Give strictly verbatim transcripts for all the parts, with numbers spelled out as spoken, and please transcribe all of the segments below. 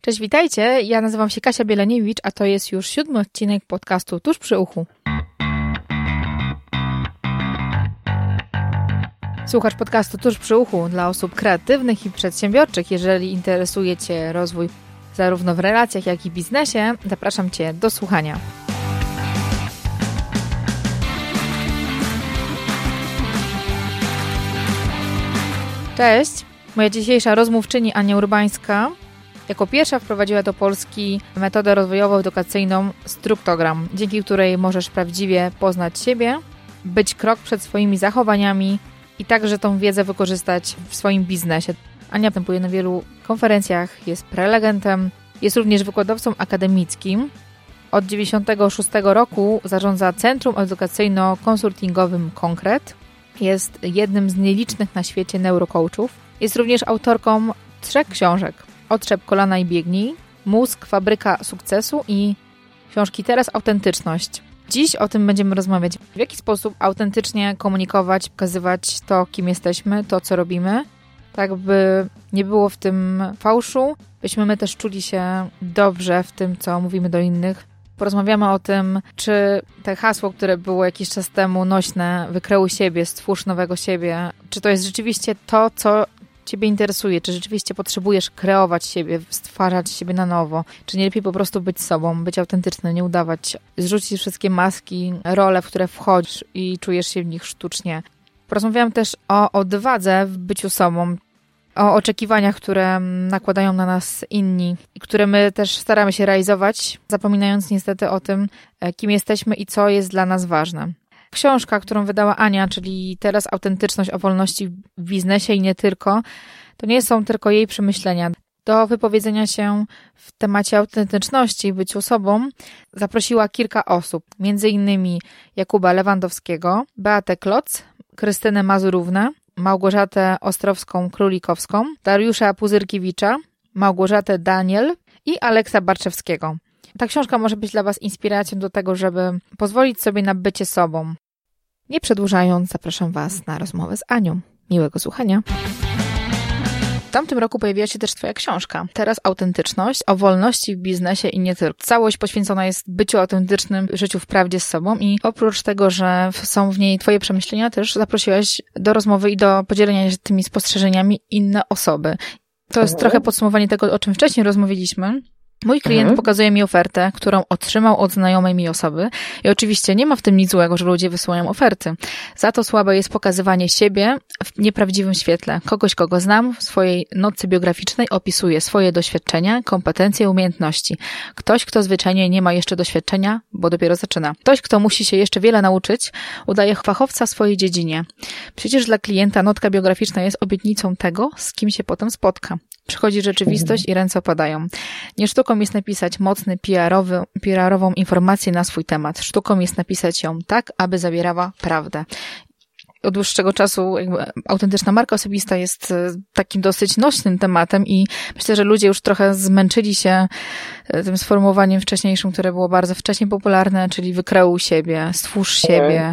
Cześć, witajcie. Ja nazywam się Kasia Bieleniewicz, a to jest już siódmy odcinek podcastu Tuż przy uchu. Słuchasz podcastu Tuż przy uchu dla osób kreatywnych i przedsiębiorczych. Jeżeli interesuje Cię rozwój zarówno w relacjach, jak i biznesie, zapraszam Cię do słuchania. Cześć. Moja dzisiejsza rozmówczyni Ania Urbańska jako pierwsza wprowadziła do Polski metodę rozwojowo-edukacyjną Struktogram, dzięki której możesz prawdziwie poznać siebie, być krok przed swoimi zachowaniami i także tą wiedzę wykorzystać w swoim biznesie. Ania występuje na wielu konferencjach, jest prelegentem, jest również wykładowcą akademickim. Od dziewięćdziesiątego szóstego roku zarządza Centrum Edukacyjno-Konsultingowym Konkret. Jest jednym z nielicznych na świecie neurocoachów. Jest również autorką trzech książek. Otrzep kolana i biegnij, Mózg, fabryka sukcesu i książki Teraz autentyczność. Dziś o tym będziemy rozmawiać. W jaki sposób autentycznie komunikować, pokazywać to, kim jesteśmy, to, co robimy, tak by nie było w tym fałszu, byśmy my też czuli się dobrze w tym, co mówimy do innych. Porozmawiamy o tym, czy te hasło, które było jakiś czas temu nośne, wykreuj siebie, stwórz nowego siebie, czy to jest rzeczywiście to, co Ciebie interesuje, czy rzeczywiście potrzebujesz kreować siebie, stwarzać siebie na nowo, czy nie lepiej po prostu być sobą, być autentyczny, nie udawać, zrzucić wszystkie maski, role, w które wchodzisz i czujesz się w nich sztucznie. Porozmawiałam też o odwadze w byciu sobą, o oczekiwaniach, które nakładają na nas inni i które my też staramy się realizować, zapominając niestety o tym, kim jesteśmy i co jest dla nas ważne. Książka, którą wydała Ania, czyli Teraz autentyczność o wolności w biznesie i nie tylko, to nie są tylko jej przemyślenia. Do wypowiedzenia się w temacie autentyczności, byciu sobą, zaprosiła kilka osób, między innymi Jakuba Lewandowskiego, Beatę Kloc, Krystynę Mazurównę, Małgorzatę Ostrowską-Królikowską, Dariusza Puzyrkiewicza, Małgorzatę Daniel i Aleksa Barczewskiego. Ta książka może być dla Was inspiracją do tego, żeby pozwolić sobie na bycie sobą. Nie przedłużając, zapraszam Was na rozmowę z Anią. Miłego słuchania. W tamtym roku pojawiła się też Twoja książka Teraz autentyczność o wolności w biznesie i nie tylko. Całość poświęcona jest byciu autentycznym, życiu w prawdzie z sobą i oprócz tego, że są w niej Twoje przemyślenia, też zaprosiłaś do rozmowy i do podzielenia się tymi spostrzeżeniami inne osoby. To jest mhm. trochę podsumowanie tego, o czym wcześniej rozmawialiśmy. Mój klient mhm. pokazuje mi ofertę, którą otrzymał od znajomej mi osoby i oczywiście nie ma w tym nic złego, że ludzie wysyłają oferty. Za to słabe jest pokazywanie siebie w nieprawdziwym świetle. Kogoś, kogo znam, w swojej notce biograficznej opisuje swoje doświadczenia, kompetencje, umiejętności. Ktoś, kto zwyczajnie nie ma jeszcze doświadczenia, bo dopiero zaczyna. Ktoś, kto musi się jeszcze wiele nauczyć, udaje fachowca w swojej dziedzinie. Przecież dla klienta notka biograficzna jest obietnicą tego, z kim się potem spotka. Przychodzi rzeczywistość i ręce opadają. Nie sztuką jest napisać mocny P R-owy, P R-ową informację na swój temat. Sztuką jest napisać ją tak, aby zawierała prawdę. Od dłuższego czasu jakby autentyczna marka osobista jest takim dosyć nośnym tematem i myślę, że ludzie już trochę zmęczyli się tym sformułowaniem wcześniejszym, które było bardzo wcześnie popularne, czyli wykreuj siebie, stwórz siebie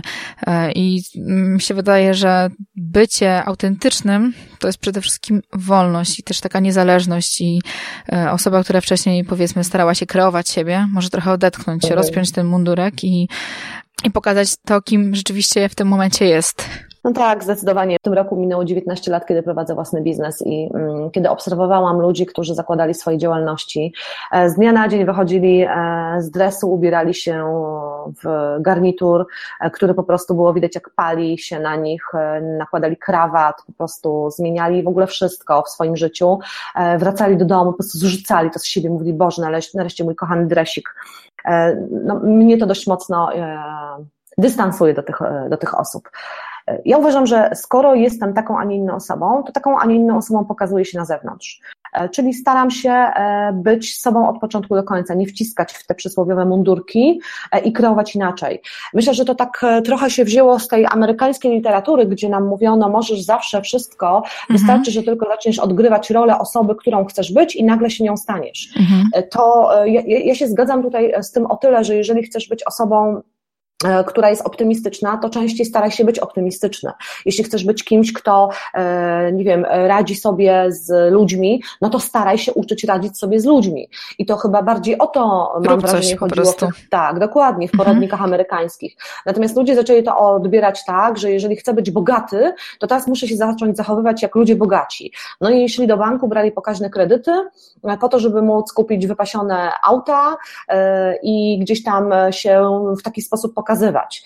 i mi się wydaje, że bycie autentycznym to jest przede wszystkim wolność i też taka niezależność i osoba, która wcześniej powiedzmy starała się kreować siebie, może trochę odetchnąć, rozpiąć ten mundurek i I pokazać to, kim rzeczywiście w tym momencie jest. No tak, zdecydowanie. W tym roku minęło dziewiętnaście lat, kiedy prowadzę własny biznes i mm, kiedy obserwowałam ludzi, którzy zakładali swoje działalności. E, z dnia na dzień wychodzili e, z dresu, ubierali się w garnitur, e, który po prostu było widać, jak pali się na nich, e, nakładali krawat, po prostu zmieniali w ogóle wszystko w swoim życiu. E, wracali do domu, po prostu zrzucali to z siebie, mówili, Boże, nareszcie, nareszcie mój kochany dresik. E, no, mnie to dość mocno e, dystansuje do tych, do tych osób. Ja uważam, że skoro jestem taką, a nie inną osobą, to taką, a nie inną osobą pokazuję się na zewnątrz. Czyli staram się być sobą od początku do końca, nie wciskać w te przysłowiowe mundurki i kreować inaczej. Myślę, że to tak trochę się wzięło z tej amerykańskiej literatury, gdzie nam mówiono, możesz zawsze wszystko, mhm. wystarczy, że tylko zaczniesz odgrywać rolę osoby, którą chcesz być i nagle się nią staniesz. Mhm. To ja, ja się zgadzam tutaj z tym o tyle, że jeżeli chcesz być osobą która jest optymistyczna, to częściej staraj się być optymistyczny. Jeśli chcesz być kimś, kto, nie wiem, radzi sobie z ludźmi, no to staraj się uczyć radzić sobie z ludźmi. I to chyba bardziej o to, mam Rób wrażenie, chodziło. Po w, tak, dokładnie, w poradnikach mhm. amerykańskich. Natomiast ludzie zaczęli to odbierać tak, że jeżeli chcę być bogaty, to teraz muszę się zacząć zachowywać jak ludzie bogaci. No i szli do banku, brali pokaźne kredyty po to, żeby móc kupić wypasione auta i gdzieś tam się w taki sposób pokazywać.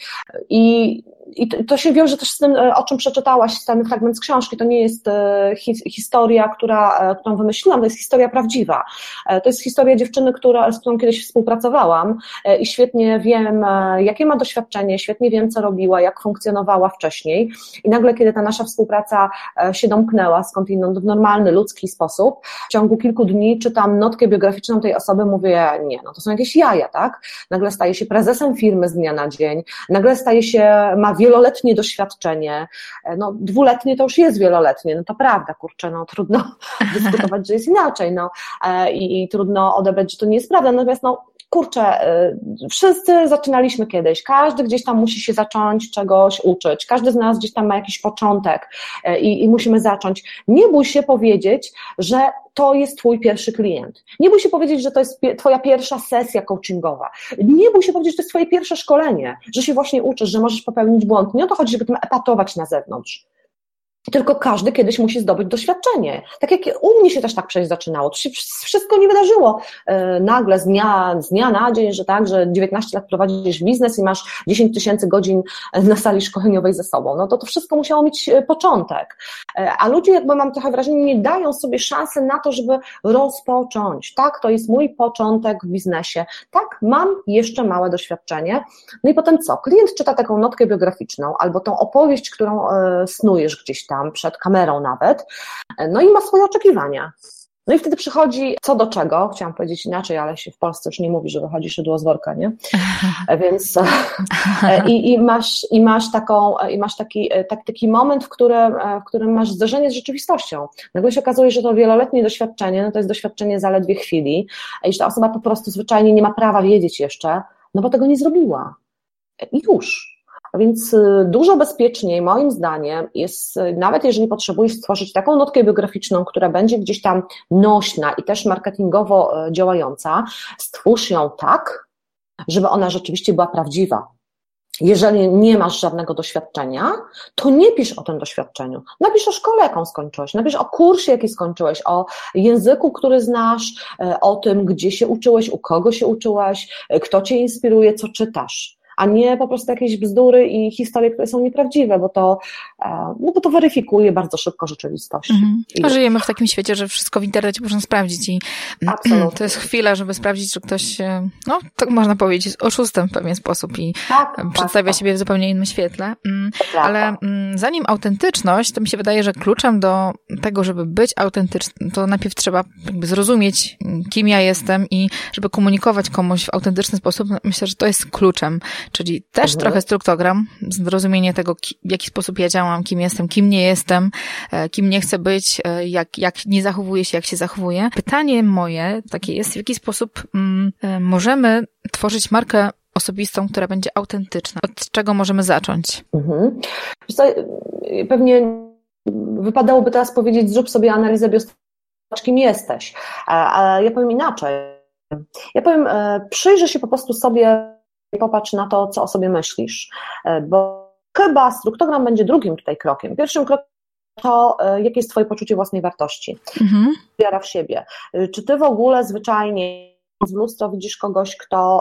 I, I to się wiąże też z tym, o czym przeczytałaś, ten fragment z książki. To nie jest his, historia, która, którą wymyśliłam, to jest historia prawdziwa. To jest historia dziewczyny, która, z którą kiedyś współpracowałam i świetnie wiem, jakie ma doświadczenie, świetnie wiem, co robiła, jak funkcjonowała wcześniej. I nagle, kiedy ta nasza współpraca się domknęła skądinąd w normalny, ludzki sposób, w ciągu kilku dni czytam notkę biograficzną tej osoby, mówię, nie, no to są jakieś jaja, tak? Nagle staje się prezesem firmy z dnia na dzień, nagle staje się, ma wieloletnie doświadczenie, no dwuletnie to już jest wieloletnie, no to prawda, kurczę, no trudno dyskutować, że jest inaczej, no i, i trudno odebrać, że to nie jest prawda, natomiast no kurczę, wszyscy zaczynaliśmy kiedyś, każdy gdzieś tam musi się zacząć czegoś uczyć, każdy z nas gdzieś tam ma jakiś początek i, i musimy zacząć. Nie bój się powiedzieć, że to jest twój pierwszy klient. Nie bój się powiedzieć, że to jest twoja pierwsza sesja coachingowa. Nie bój się powiedzieć, że to jest twoje pierwsze szkolenie, że się właśnie uczysz, że możesz popełnić błąd. Nie o to chodzi, żeby tym epatować na zewnątrz. Tylko każdy kiedyś musi zdobyć doświadczenie. Tak jak u mnie się też tak przecież zaczynało. To się wszystko nie wydarzyło e, nagle z dnia, z dnia na dzień, że tak, że dziewiętnaście lat prowadzisz biznes i masz dziesięć tysięcy godzin na sali szkoleniowej ze sobą. No to to wszystko musiało mieć początek. E, a ludzie, jakby mam trochę wrażenie, nie dają sobie szansy na to, żeby rozpocząć. Tak, to jest mój początek w biznesie. Tak, mam jeszcze małe doświadczenie. No i potem co? Klient czyta taką notkę biograficzną albo tą opowieść, którą e, snujesz gdzieś tam, przed kamerą nawet, no i ma swoje oczekiwania. No i wtedy przychodzi co do czego, chciałam powiedzieć inaczej, ale się w Polsce już nie mówi, że wychodzi szydło z worka, nie? Więc i, i masz, i masz, taką, i masz taki, tak, taki moment, w którym, w którym masz zderzenie z rzeczywistością. Nagle się okazuje, że to wieloletnie doświadczenie, no to jest doświadczenie zaledwie chwili i że ta osoba po prostu zwyczajnie nie ma prawa wiedzieć jeszcze, no bo tego nie zrobiła. I już. A więc dużo bezpieczniej, moim zdaniem, jest, nawet jeżeli potrzebujesz stworzyć taką notkę biograficzną, która będzie gdzieś tam nośna i też marketingowo działająca, stwórz ją tak, żeby ona rzeczywiście była prawdziwa. Jeżeli nie masz żadnego doświadczenia, to nie pisz o tym doświadczeniu. Napisz o szkole, jaką skończyłeś, napisz o kursie, jaki skończyłeś, o języku, który znasz, o tym, gdzie się uczyłeś, u kogo się uczyłeś, kto cię inspiruje, co czytasz. A nie po prostu jakieś bzdury i historie, które są nieprawdziwe, bo to, no bo to weryfikuje bardzo szybko rzeczywistość. Mm-hmm. A żyjemy w takim świecie, że wszystko w internecie można sprawdzić i Absolutnie. To jest chwila, żeby sprawdzić, że ktoś, no tak można powiedzieć, jest oszustem w pewien sposób i tak, przedstawia tak, siebie w zupełnie innym świetle. Ale zanim autentyczność, to mi się wydaje, że kluczem do tego, żeby być autentycznym, to najpierw trzeba jakby zrozumieć, kim ja jestem i żeby komunikować komuś w autentyczny sposób, myślę, że to jest kluczem. Czyli też mhm. trochę struktogram, zrozumienie tego, w jaki sposób ja działam, kim jestem, kim nie jestem, kim nie chcę być, jak, jak nie zachowuję się, jak się zachowuję. Pytanie moje takie jest, w jaki sposób mm, możemy tworzyć markę osobistą, która będzie autentyczna. Od czego możemy zacząć? Mhm. Pewnie wypadałoby teraz powiedzieć, zrób sobie analizę biostrategiczną, kim jesteś. A ja powiem inaczej. Ja powiem, przyjrzyj się po prostu sobie i popatrz na to, co o sobie myślisz, bo chyba struktogram będzie drugim tutaj krokiem. Pierwszym krokiem to, jakie jest twoje poczucie własnej wartości, mhm. wiara w siebie. Czy ty w ogóle zwyczajnie w lustro widzisz kogoś, kto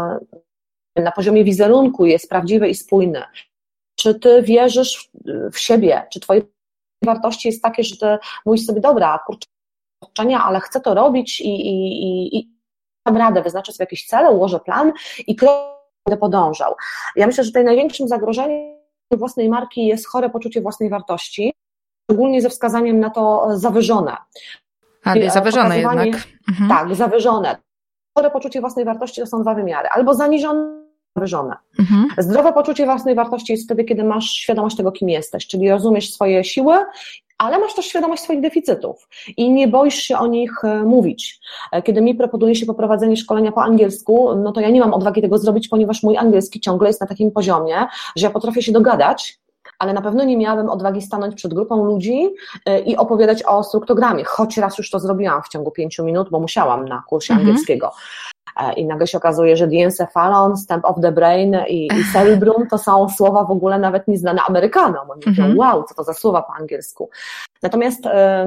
na poziomie wizerunku jest prawdziwy i spójny? Czy ty wierzysz w siebie? Czy twoje wartości jest takie, że ty mówisz sobie, dobra, kurczę, ale chcę to robić i, i, i, i mam radę, wyznaczę sobie jakieś cele, ułożę plan i krok będę podążał. Ja myślę, że tutaj największym zagrożeniem własnej marki jest chore poczucie własnej wartości, szczególnie ze wskazaniem na to zawyżone. Ale zawyżone jednak. Mhm. Tak, zawyżone. Chore poczucie własnej wartości to są dwa wymiary. Albo zaniżone, zawyżone. Mhm. Zdrowe poczucie własnej wartości jest wtedy, kiedy masz świadomość tego, kim jesteś, czyli rozumiesz swoje siły, ale masz też świadomość swoich deficytów i nie boisz się o nich mówić. Kiedy mi proponuje się poprowadzenie szkolenia po angielsku, no to ja nie mam odwagi tego zrobić, ponieważ mój angielski ciągle jest na takim poziomie, że ja potrafię się dogadać, ale na pewno nie miałabym odwagi stanąć przed grupą ludzi i opowiadać o struktogamie, choć raz już to zrobiłam w ciągu pięciu minut, bo musiałam na kursie mhm. angielskiego. I nagle się okazuje, że diencephalon, stamp of the brain i, i cerebrum to są słowa w ogóle nawet nieznane Amerykanom. Oni mówią, wow, co to za słowa po angielsku. Natomiast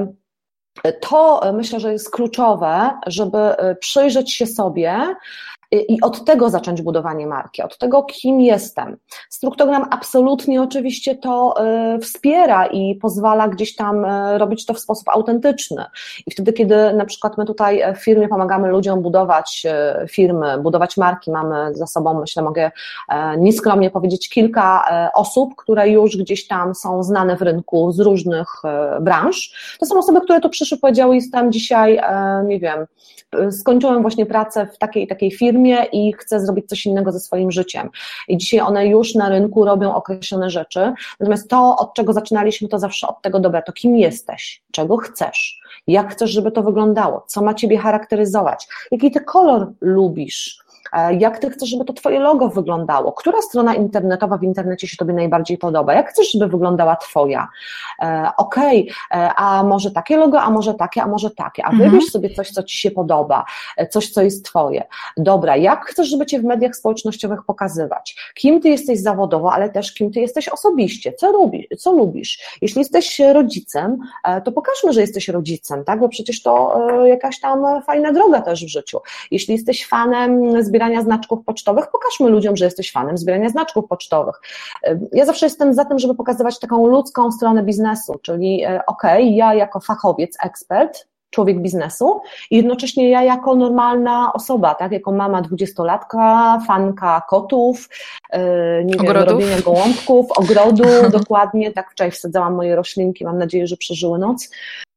to myślę, że jest kluczowe, żeby przyjrzeć się sobie i od tego zacząć budowanie marki, od tego, kim jestem. Struktogram absolutnie oczywiście to y, wspiera i pozwala gdzieś tam y, robić to w sposób autentyczny. I wtedy, kiedy na przykład my tutaj w firmie pomagamy ludziom budować y, firmy, budować marki, mamy za sobą, myślę, mogę y, nieskromnie powiedzieć, kilka y, osób, które już gdzieś tam są znane w rynku z różnych y, branż. To są osoby, które tu przyszły, powiedziały, jestem dzisiaj, y, nie wiem, y, skończyłem właśnie pracę w takiej takiej firmie, i chcę zrobić coś innego ze swoim życiem. I dzisiaj one już na rynku robią określone rzeczy, natomiast to, od czego zaczynaliśmy, to zawsze od tego, dobra, to kim jesteś, czego chcesz, jak chcesz, żeby to wyglądało, co ma ciebie charakteryzować, jaki ty kolor lubisz, jak ty chcesz, żeby to twoje logo wyglądało, która strona internetowa w internecie się tobie najbardziej podoba, jak chcesz, żeby wyglądała twoja, okej, okay, a może takie logo, a może takie, a może takie, a wybierz mhm. sobie coś, co ci się podoba, coś, co jest twoje. Dobra, jak chcesz, żeby cię w mediach społecznościowych pokazywać, kim ty jesteś zawodowo, ale też kim ty jesteś osobiście, co lubisz, co lubisz. Jeśli jesteś rodzicem, to pokażmy, że jesteś rodzicem, tak, bo przecież to jakaś tam fajna droga też w życiu. Jeśli jesteś fanem zbierania znaczków pocztowych, pokażmy ludziom, że jesteś fanem zbierania znaczków pocztowych. Ja zawsze jestem za tym, żeby pokazywać taką ludzką stronę biznesu, czyli okej, okay, ja jako fachowiec, ekspert, człowiek biznesu i jednocześnie ja jako normalna osoba, tak, jako mama dwudziestolatka, fanka kotów, nie wiem, robienia gołąbków, ogrodu, dokładnie, tak wczoraj wsadzałam moje roślinki, mam nadzieję, że przeżyły noc.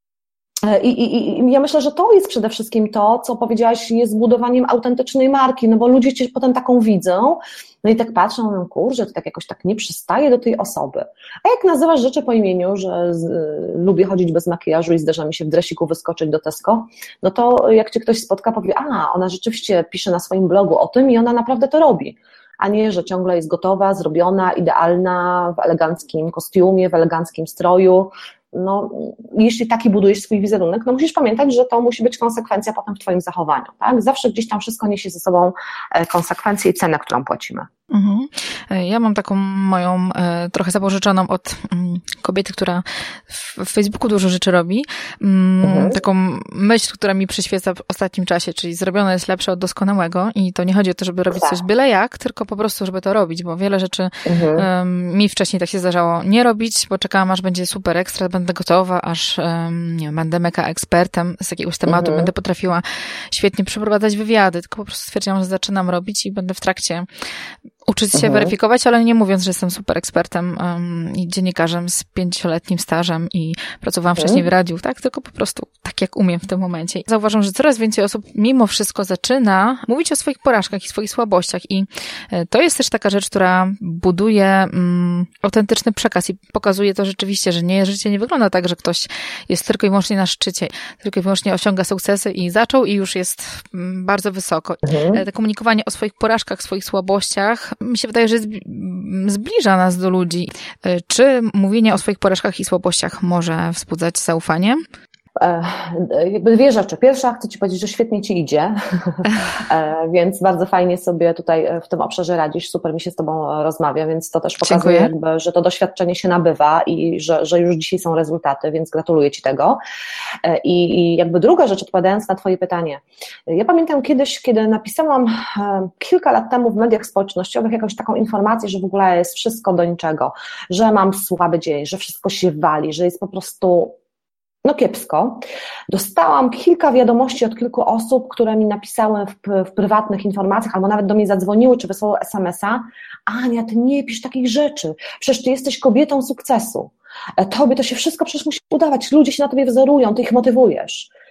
I, i, I ja myślę, że to jest przede wszystkim to, co powiedziałaś, jest budowaniem autentycznej marki, no bo ludzie cię potem taką widzą, no i tak patrzą, no kurczę, to tak jakoś tak nie przystaje do tej osoby. A jak nazywasz rzeczy po imieniu, że z, y, lubię chodzić bez makijażu i zdarza mi się w dresiku wyskoczyć do Tesco, no to jak cię ktoś spotka, powie, a ona rzeczywiście pisze na swoim blogu o tym i ona naprawdę to robi. A nie, że ciągle jest gotowa, zrobiona, idealna, w eleganckim kostiumie, w eleganckim stroju. No, jeśli taki budujesz swój wizerunek, no musisz pamiętać, że to musi być konsekwencja potem w twoim zachowaniu, tak? Zawsze gdzieś tam wszystko niesie ze sobą konsekwencje i cenę, którą płacimy. Mhm. Ja mam taką moją trochę zapożyczoną od kobiety, która w Facebooku dużo rzeczy robi, mhm. taką myśl, która mi przyświeca w ostatnim czasie, czyli zrobione jest lepsze od doskonałego i to nie chodzi o to, żeby robić coś byle jak, tylko po prostu, żeby to robić, bo wiele rzeczy mhm. um, mi wcześniej tak się zdarzało nie robić, bo czekałam, aż będzie super ekstra, będę gotowa, aż um, nie wiem, będę mega ekspertem z jakiegoś tematu, mhm. będę potrafiła świetnie przeprowadzać wywiady, tylko po prostu stwierdziłam, że zaczynam robić i będę w trakcie uczyć się, mhm. weryfikować, ale nie mówiąc, że jestem super ekspertem um, i dziennikarzem z pięcioletnim stażem i pracowałam mhm. wcześniej w radiu, tak? Tylko po prostu tak, jak umiem w tym momencie. Zauważam, że coraz więcej osób mimo wszystko zaczyna mówić o swoich porażkach i swoich słabościach i to jest też taka rzecz, która buduje um, autentyczny przekaz i pokazuje to rzeczywiście, że nie, życie nie wygląda tak, że ktoś jest tylko i wyłącznie na szczycie, tylko i wyłącznie osiąga sukcesy i zaczął i już jest um, bardzo wysoko. Mhm. To komunikowanie o swoich porażkach, swoich słabościach mi się wydaje, że zbliża nas do ludzi. Czy mówienie o swoich porażkach i słabościach może wzbudzać zaufanie? Jakby dwie rzeczy. Pierwsza, chcę Ci powiedzieć, że świetnie Ci idzie, więc bardzo fajnie sobie tutaj w tym obszarze radzisz, super mi się z Tobą rozmawia, więc to też pokazuje, jakby, że to doświadczenie się nabywa i że, że już dzisiaj są rezultaty, więc gratuluję Ci tego. I, I jakby druga rzecz, odpowiadając na Twoje pytanie. Ja pamiętam kiedyś, kiedy napisałam kilka lat temu w mediach społecznościowych jakąś taką informację, że w ogóle jest wszystko do niczego, że mam słaby dzień, że wszystko się wali, że jest po prostu no kiepsko. Dostałam kilka wiadomości od kilku osób, które mi napisały w, w prywatnych informacjach, albo nawet do mnie zadzwoniły, czy wysłały es em es a. Ania, ty nie pisz takich rzeczy, przecież ty jesteś kobietą sukcesu. Tobie to się wszystko przecież musi udawać, ludzie się na tobie wzorują, ty ich motywujesz.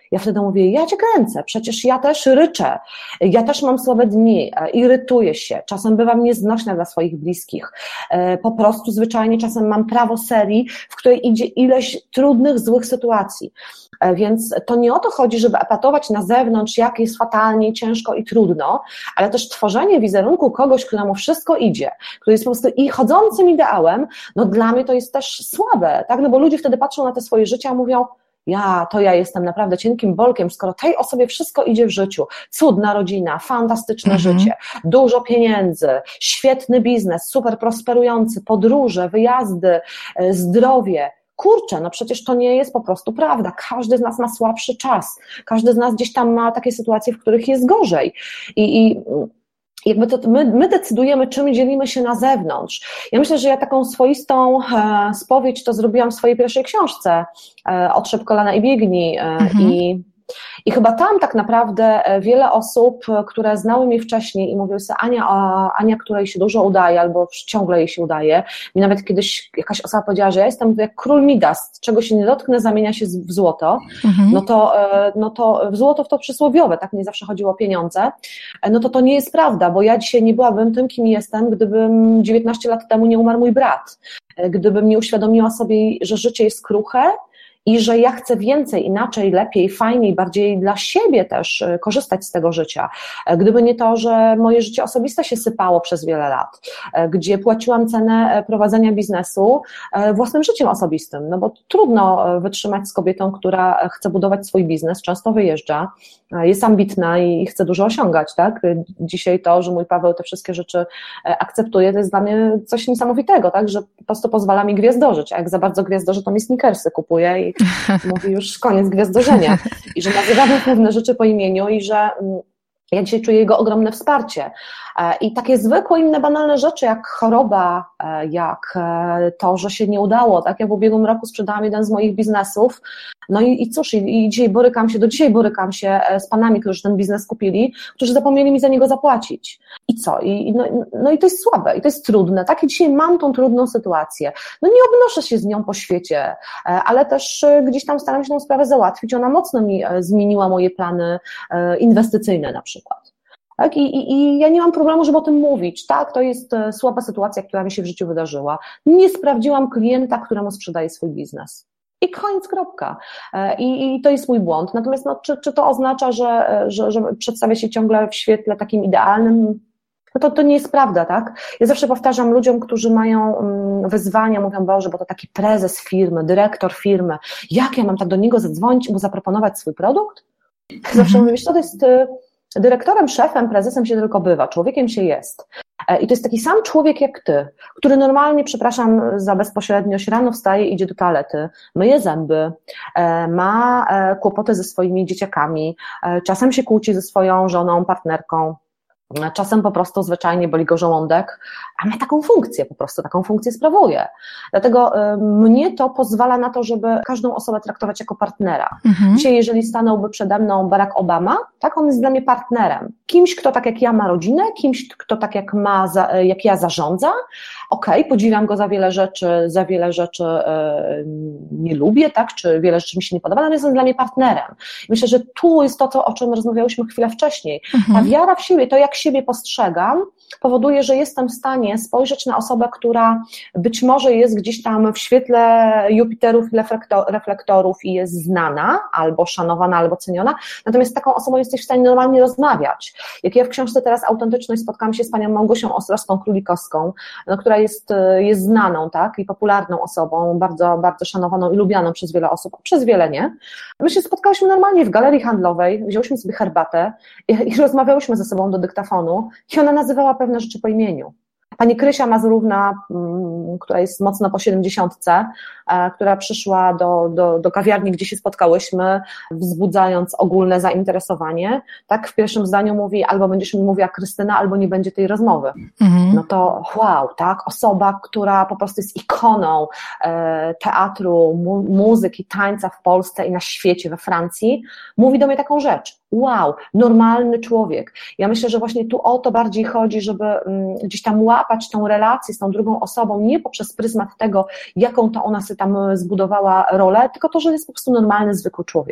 Ja wtedy mówię, ja cię kręcę, przecież ja też ryczę, ja też mam słabe dni, irytuję się, czasem bywam nieznośna dla swoich bliskich, po prostu zwyczajnie czasem mam prawo serii, w której idzie ileś trudnych, złych sytuacji. Więc to nie o to chodzi, żeby epatować na zewnątrz, jak jest fatalnie, ciężko i trudno, ale też tworzenie wizerunku kogoś, któremu wszystko idzie, który jest po prostu i chodzącym ideałem, no dla mnie to jest też słabe, tak? No bo ludzie wtedy patrzą na te swoje życie, a mówią, ja, to ja jestem naprawdę cienkim bolkiem, skoro tej osobie wszystko idzie w życiu, cudna rodzina, fantastyczne mhm. życie, dużo pieniędzy, świetny biznes, super prosperujący, podróże, wyjazdy, zdrowie. Kurczę, no przecież to nie jest po prostu prawda. Każdy z nas ma słabszy czas. Każdy z nas gdzieś tam ma takie sytuacje, w których jest gorzej. I, i jakby to my, my decydujemy, czym dzielimy się na zewnątrz. Ja myślę, że ja taką swoistą e, spowiedź to zrobiłam w swojej pierwszej książce e, Otrzep kolana i biegnij. E, mhm. i I chyba tam tak naprawdę wiele osób, które znały mnie wcześniej i mówiły sobie, Ania, Ania, której się dużo udaje, albo ciągle jej się udaje, mi nawet kiedyś jakaś osoba powiedziała, że ja jestem jak król Midas, czego się nie dotknę, zamienia się w złoto, mhm. no, to, no to w złoto w to przysłowiowe, tak mnie zawsze chodziło o pieniądze, no to to nie jest prawda, bo ja dzisiaj nie byłabym tym, kim jestem, gdybym dziewiętnaście lat temu nie umarł mój brat, gdybym nie uświadomiła sobie, że życie jest kruche, i że ja chcę więcej, inaczej, lepiej, fajniej, bardziej dla siebie też korzystać z tego życia. Gdyby nie to, że moje życie osobiste się sypało przez wiele lat, gdzie płaciłam cenę prowadzenia biznesu własnym życiem osobistym, no bo trudno wytrzymać z kobietą, która chce budować swój biznes, często wyjeżdża, jest ambitna i chce dużo osiągać, tak? Dzisiaj to, że mój Paweł te wszystkie rzeczy akceptuje, to jest dla mnie coś niesamowitego, tak? Że po prostu pozwala mi gwiazdożyć, a jak za bardzo gwiazdorzy, to mi sneakersy kupuje i mówi już koniec gwiazdorzenia i że nazywamy pewne rzeczy po imieniu i że ja dzisiaj czuję jego ogromne wsparcie. I takie zwykłe, inne banalne rzeczy, jak choroba, jak to, że się nie udało, tak? Ja w ubiegłym roku sprzedałam jeden z moich biznesów, no i, i cóż, i, i dzisiaj borykam się, do dzisiaj borykam się z panami, którzy ten biznes kupili, którzy zapomnieli mi za niego zapłacić. I co? I, no, no i to jest słabe, i to jest trudne, tak? I dzisiaj mam tą trudną sytuację. No nie obnoszę się z nią po świecie, ale też gdzieś tam staram się tę sprawę załatwić. Ona mocno mi zmieniła moje plany inwestycyjne na przykład. Tak? I, i, I ja nie mam problemu, żeby o tym mówić. Tak, to jest słaba sytuacja, która mi się w życiu wydarzyła. Nie sprawdziłam klienta, któremu sprzedaję swój biznes. I koniec, kropka. I, i to jest mój błąd. Natomiast no, czy, czy to oznacza, że, że, że przedstawia się ciągle w świetle takim idealnym? No to, to nie jest prawda, tak? Ja zawsze powtarzam ludziom, którzy mają wyzwania, mówią, Boże, bo to taki prezes firmy, dyrektor firmy. Jak ja mam tak do niego zadzwonić i mu zaproponować swój produkt? Zawsze mówię, wiesz, to jest dyrektorem, szefem, prezesem się tylko bywa, człowiekiem się jest. I to jest taki sam człowiek jak ty, który normalnie, przepraszam za bezpośredniość, rano wstaje, idzie do toalety, myje zęby, ma kłopoty ze swoimi dzieciakami, czasem się kłóci ze swoją żoną, partnerką, czasem po prostu zwyczajnie boli go żołądek, a ma taką funkcję, po prostu taką funkcję sprawuje. Dlatego y, mnie to pozwala na to, żeby każdą osobę traktować jako partnera. Mhm. Dzisiaj, jeżeli stanąłby przede mną Barack Obama, tak, on jest dla mnie partnerem. Kimś, kto tak jak ja ma rodzinę, kimś, kto tak jak ma, za, jak ja zarządza. Okej, okay, podziwiam go za wiele rzeczy, za wiele rzeczy y, nie lubię, tak, czy wiele rzeczy mi się nie podoba, natomiast jest dla mnie partnerem. Myślę, że tu jest to, co, o czym rozmawiałyśmy chwilę wcześniej. Mhm. Ta wiara w siebie, to jak siebie postrzegam, powoduje, że jestem w stanie spojrzeć na osobę, która być może jest gdzieś tam w świetle Jupiterów i reflektorów i jest znana, albo szanowana, albo ceniona, natomiast z taką osobą jesteś w stanie normalnie rozmawiać. Jak ja w książce teraz Autentyczność spotkałam się z panią Małgosią Ostrowską-Królikowską, no, która jest, jest znaną, tak, i popularną osobą, bardzo, bardzo szanowaną i lubianą przez wiele osób, przez wiele nie. My się spotkałyśmy normalnie w galerii handlowej, wzięłyśmy sobie herbatę i, i rozmawiałyśmy ze sobą do dyktafonu i ona nazywała pewne rzeczy po imieniu. Pani Krysia Mazurówna, która jest mocno po siedemdziesiątce, która przyszła do, do, do kawiarni, gdzie się spotkałyśmy, wzbudzając ogólne zainteresowanie, tak w pierwszym zdaniu mówi, albo będziesz mi mówiła Krystyna, albo nie będzie tej rozmowy. Mhm. No to wow, tak, osoba, która po prostu jest ikoną e, teatru, mu, muzyki, tańca w Polsce i na świecie, we Francji, mówi do mnie taką rzecz. Wow, normalny człowiek. Ja myślę, że właśnie tu o to bardziej chodzi, żeby um, gdzieś tam łapać tą relację z tą drugą osobą, nie poprzez pryzmat tego, jaką to ona sobie tam zbudowała rolę, tylko to, że jest po prostu normalny, zwykły człowiek.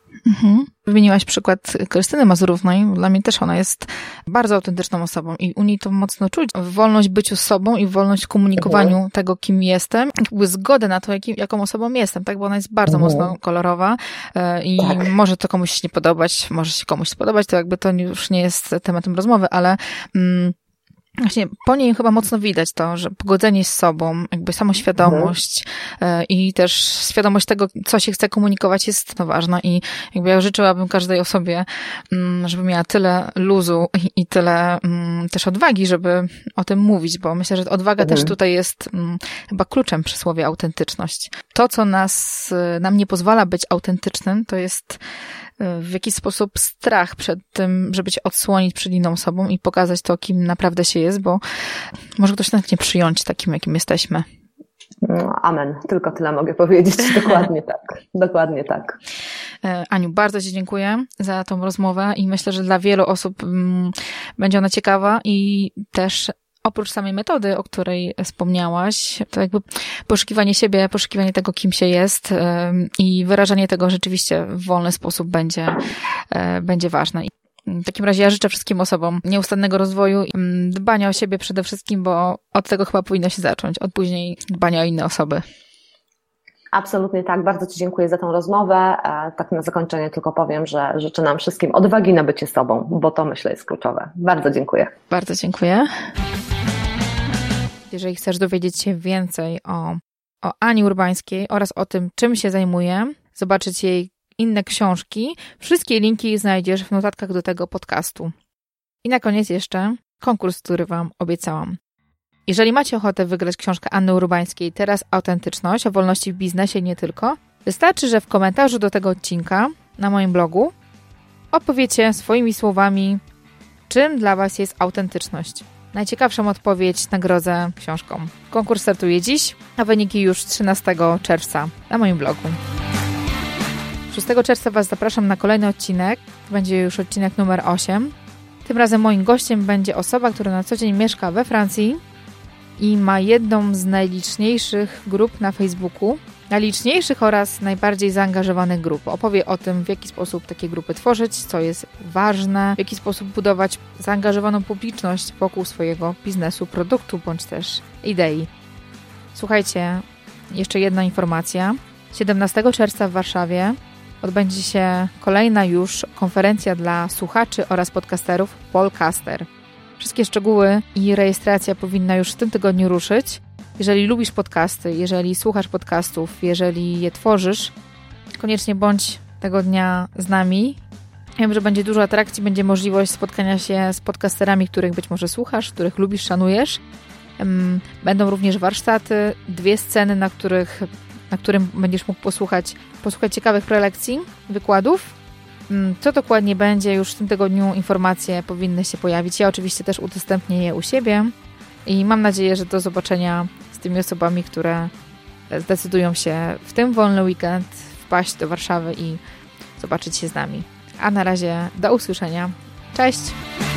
Mhm. Wymieniłaś przykład Krystyny Mazurównej. Dla mnie też ona jest bardzo autentyczną osobą i u niej to mocno czuć. Wolność byciu sobą i wolność w komunikowaniu mhm. tego, kim jestem. Jakby zgodę na to, jakim, jaką osobą jestem, tak? Bo ona jest bardzo mhm. mocno kolorowa i tak. może to komuś się nie podobać, może się komuś spodobać, to jakby to już nie jest tematem rozmowy, ale mm, właśnie po niej chyba mocno widać to, że pogodzenie z sobą, jakby samoświadomość mhm. i też świadomość tego, co się chce komunikować jest to ważna i jakby ja życzyłabym każdej osobie, żeby miała tyle luzu i tyle też odwagi, żeby o tym mówić, bo myślę, że odwaga mhm. też tutaj jest chyba kluczem przy słowie autentyczność. To, co nas, nam nie pozwala być autentycznym, to jest w jakiś sposób strach przed tym, żeby się odsłonić przed inną osobą i pokazać to, kim naprawdę się jest, bo może ktoś nas nie przyjąć takim, jakim jesteśmy. No, amen. Tylko tyle mogę powiedzieć. Dokładnie tak. Dokładnie tak. Aniu, bardzo Ci dziękuję za tą rozmowę i myślę, że dla wielu osób mm, będzie ona ciekawa i też oprócz samej metody, o której wspomniałaś, to jakby poszukiwanie siebie, poszukiwanie tego, kim się jest i wyrażanie tego rzeczywiście w wolny sposób będzie, będzie ważne. W takim razie ja życzę wszystkim osobom nieustannego rozwoju i dbania o siebie przede wszystkim, bo od tego chyba powinno się zacząć, od później dbania o inne osoby. Absolutnie tak. Bardzo Ci dziękuję za tą rozmowę. Tak na zakończenie tylko powiem, że życzę nam wszystkim odwagi na bycie sobą, bo to myślę jest kluczowe. Bardzo dziękuję. Bardzo dziękuję. Jeżeli chcesz dowiedzieć się więcej o, o Ani Urbańskiej oraz o tym, czym się zajmuje, zobaczyć jej inne książki, wszystkie linki znajdziesz w notatkach do tego podcastu. I na koniec jeszcze konkurs, który Wam obiecałam. Jeżeli macie ochotę wygrać książkę Anny Urbańskiej Teraz Autentyczność o wolności w biznesie i nie tylko, wystarczy, że w komentarzu do tego odcinka na moim blogu opowiecie swoimi słowami, czym dla Was jest autentyczność. Najciekawszą odpowiedź nagrodzę książką. Konkurs startuje dziś, a wyniki już trzynastego czerwca na moim blogu. szóstego czerwca Was zapraszam na kolejny odcinek. To będzie już odcinek numer osiem. Tym razem moim gościem będzie osoba, która na co dzień mieszka we Francji i ma jedną z najliczniejszych grup na Facebooku, najliczniejszych oraz najbardziej zaangażowanych grup. Opowie o tym, w jaki sposób takie grupy tworzyć, co jest ważne, w jaki sposób budować zaangażowaną publiczność wokół swojego biznesu, produktu bądź też idei. Słuchajcie, jeszcze jedna informacja. siedemnastego czerwca w Warszawie odbędzie się kolejna już konferencja dla słuchaczy oraz podcasterów Polcaster. Wszystkie szczegóły i rejestracja powinna już w tym tygodniu ruszyć. Jeżeli lubisz podcasty, jeżeli słuchasz podcastów, jeżeli je tworzysz, koniecznie bądź tego dnia z nami. Wiem, że będzie dużo atrakcji, będzie możliwość spotkania się z podcasterami, których być może słuchasz, których lubisz, szanujesz. Będą również warsztaty, dwie sceny, na których, na którym będziesz mógł posłuchać, posłuchać ciekawych prelekcji, wykładów. Co dokładnie będzie, już w tym tygodniu informacje powinny się pojawić. Ja oczywiście też udostępnię je u siebie i mam nadzieję, że do zobaczenia z tymi osobami, które zdecydują się w tym wolny weekend wpaść do Warszawy i zobaczyć się z nami. A na razie do usłyszenia. Cześć!